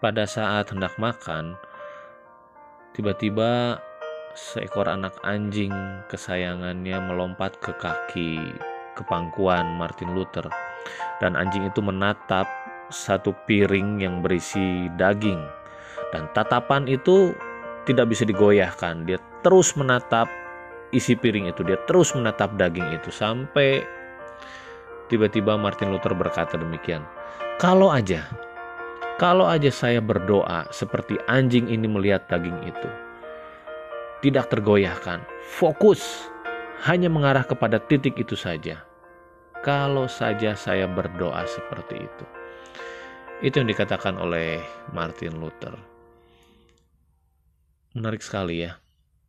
pada saat hendak makan, tiba-tiba seekor anak anjing kesayangannya melompat ke pangkuan Martin Luther, dan anjing itu menatap satu piring yang berisi daging, dan tatapan itu tidak bisa digoyahkan. Dia terus menatap isi piring itu, dia terus menatap daging itu, sampai tiba-tiba Martin Luther berkata demikian, kalau aja saya berdoa seperti anjing ini melihat daging itu, tidak tergoyahkan, fokus hanya mengarah kepada titik itu saja. Kalau saja saya berdoa seperti itu. Itu yang dikatakan oleh Martin Luther. Menarik sekali ya.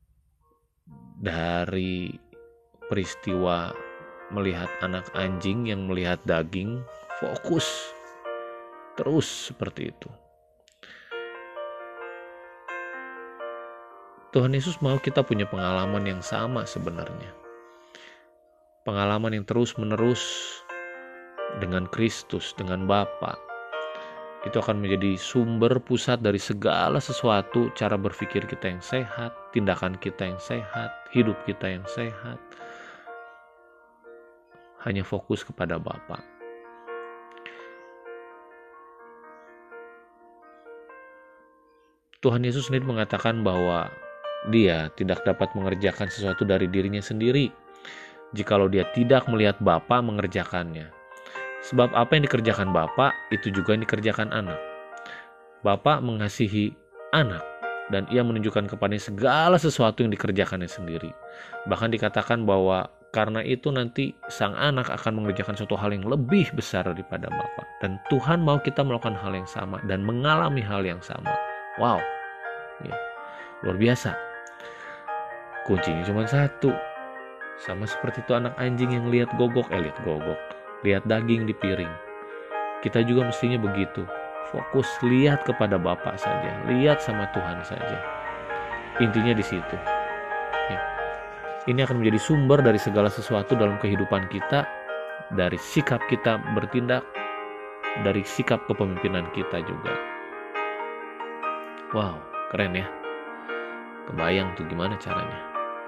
Dari peristiwa melihat anak anjing yang melihat daging, fokus terus seperti itu. Tuhan Yesus mau kita punya pengalaman yang sama sebenarnya. Pengalaman yang terus-menerus dengan Kristus, dengan Bapa. Itu akan menjadi sumber pusat dari segala sesuatu, cara berpikir kita yang sehat, tindakan kita yang sehat, hidup kita yang sehat. Hanya fokus kepada Bapa. Tuhan Yesus sendiri mengatakan bahwa Dia tidak dapat mengerjakan sesuatu dari dirinya sendiri jikalau Dia tidak melihat Bapa mengerjakannya. Sebab apa yang dikerjakan Bapa, itu juga yang dikerjakan anak. Bapa mengasihi anak, dan Ia menunjukkan kepadanya segala sesuatu yang dikerjakannya sendiri. Bahkan dikatakan bahwa karena itu nanti sang anak akan mengerjakan suatu hal yang lebih besar daripada Bapa. Dan Tuhan mau kita melakukan hal yang sama dan mengalami hal yang sama. Wow, ya, luar biasa. Kuncinya cuma satu. Sama seperti itu anak anjing yang lihat daging di piring. Kita juga mestinya begitu. Fokus lihat kepada Bapa saja, lihat sama Tuhan saja. Intinya di situ. Ya. Ini akan menjadi sumber dari segala sesuatu dalam kehidupan kita, dari sikap kita bertindak, dari sikap kepemimpinan kita juga. Wow, keren ya. Kebayang tuh gimana caranya.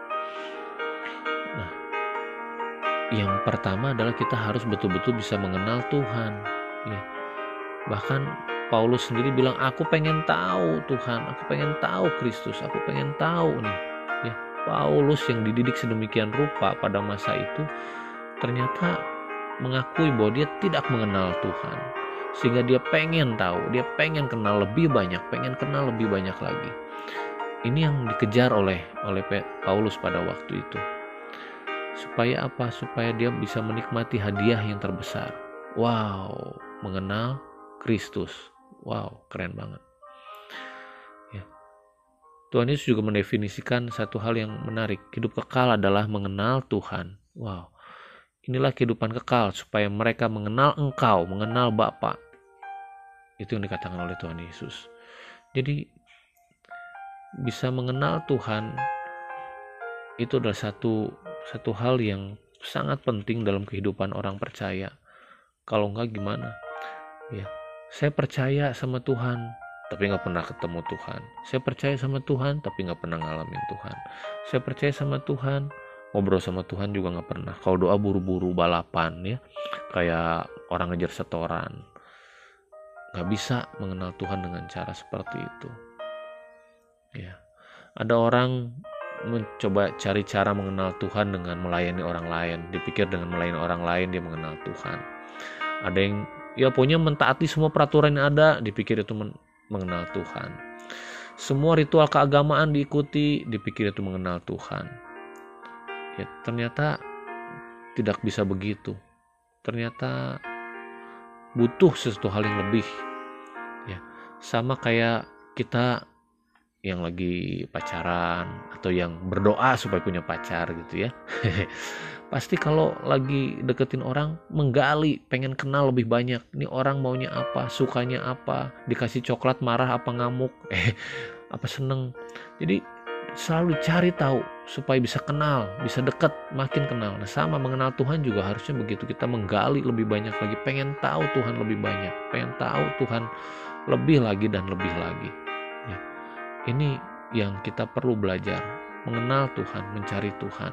Nah, yang pertama adalah kita harus betul-betul bisa mengenal Tuhan. Ya. Bahkan Paulus sendiri bilang, aku pengen tahu Tuhan, aku pengen tahu Kristus, aku pengen tahu nih. Ya, Paulus yang dididik sedemikian rupa pada masa itu ternyata mengakui bahwa dia tidak mengenal Tuhan, sehingga dia pengen tahu, dia pengen kenal lebih banyak, pengen kenal lebih banyak lagi. Ini yang dikejar oleh Paulus pada waktu itu. Supaya apa? Supaya dia bisa menikmati hadiah yang terbesar. Wow, mengenal Kristus. Wow, keren banget. Ya. Tuhan Yesus juga mendefinisikan satu hal yang menarik. Hidup kekal adalah mengenal Tuhan. Wow, inilah kehidupan kekal, supaya mereka mengenal Engkau, mengenal Bapa. Itu yang dikatakan oleh Tuhan Yesus. Jadi bisa mengenal Tuhan itu adalah satu hal yang sangat penting dalam kehidupan orang percaya. Kalau enggak gimana? Ya, saya percaya sama Tuhan, tapi nggak pernah ketemu Tuhan. Saya percaya sama Tuhan, tapi nggak pernah ngalamin Tuhan. Saya percaya sama Tuhan, ngobrol sama Tuhan juga nggak pernah. Kalau doa buru-buru balapan ya, kayak orang ngejar setoran. Nggak bisa mengenal Tuhan dengan cara seperti itu. Ya, ada orang mencoba cari cara mengenal Tuhan dengan melayani orang lain. Dipikir dengan melayani orang lain dia mengenal Tuhan. Ada yang ya pokoknya mentaati semua peraturan yang ada, dipikir itu mengenal Tuhan. Semua ritual keagamaan diikuti, dipikir itu mengenal Tuhan. Ya, ternyata tidak bisa begitu. Ternyata butuh sesuatu hal yang lebih. Ya, sama kayak kita yang lagi pacaran atau yang berdoa supaya punya pacar gitu ya. Pasti kalau lagi deketin orang, menggali, pengen kenal lebih banyak. Ini orang maunya apa, sukanya apa, dikasih coklat marah apa ngamuk, apa seneng. Jadi selalu cari tahu supaya bisa kenal, bisa dekat, makin kenal. Nah, sama mengenal Tuhan juga harusnya begitu. Kita menggali lebih banyak lagi, pengen tahu Tuhan lebih banyak, pengen tahu Tuhan lebih lagi dan lebih lagi. Ya. Ini yang kita perlu belajar, mengenal Tuhan, mencari Tuhan.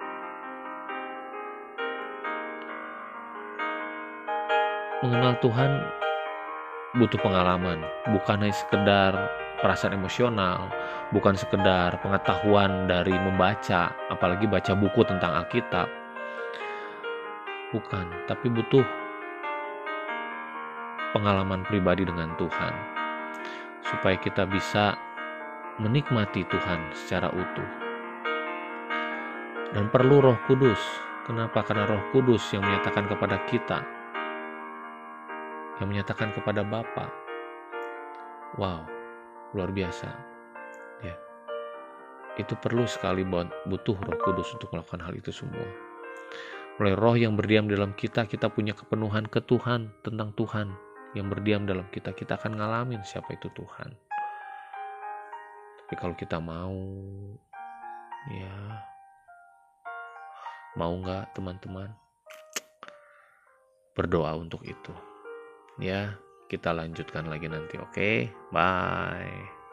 Mengenal Tuhan butuh pengalaman, bukan hanya sekedar perasaan emosional, bukan sekedar pengetahuan dari membaca, apalagi baca buku tentang Alkitab. Bukan, tapi butuh pengalaman pribadi dengan Tuhan, supaya kita bisa menikmati Tuhan secara utuh. Dan perlu Roh Kudus. Kenapa? Karena Roh Kudus yang menyatakan kepada kita, yang menyatakan kepada Bapa. Wow, luar biasa. Ya, itu perlu sekali butuh Roh Kudus untuk melakukan hal itu semua. Oleh Roh yang berdiam dalam kita, kita punya kepenuhan ke Tuhan, tentang Tuhan yang berdiam dalam kita. Kita akan ngalamin siapa itu Tuhan. Tapi kalau kita mau, ya, mau nggak teman-teman? Berdoa untuk itu. Ya, kita lanjutkan lagi nanti. Oke, bye.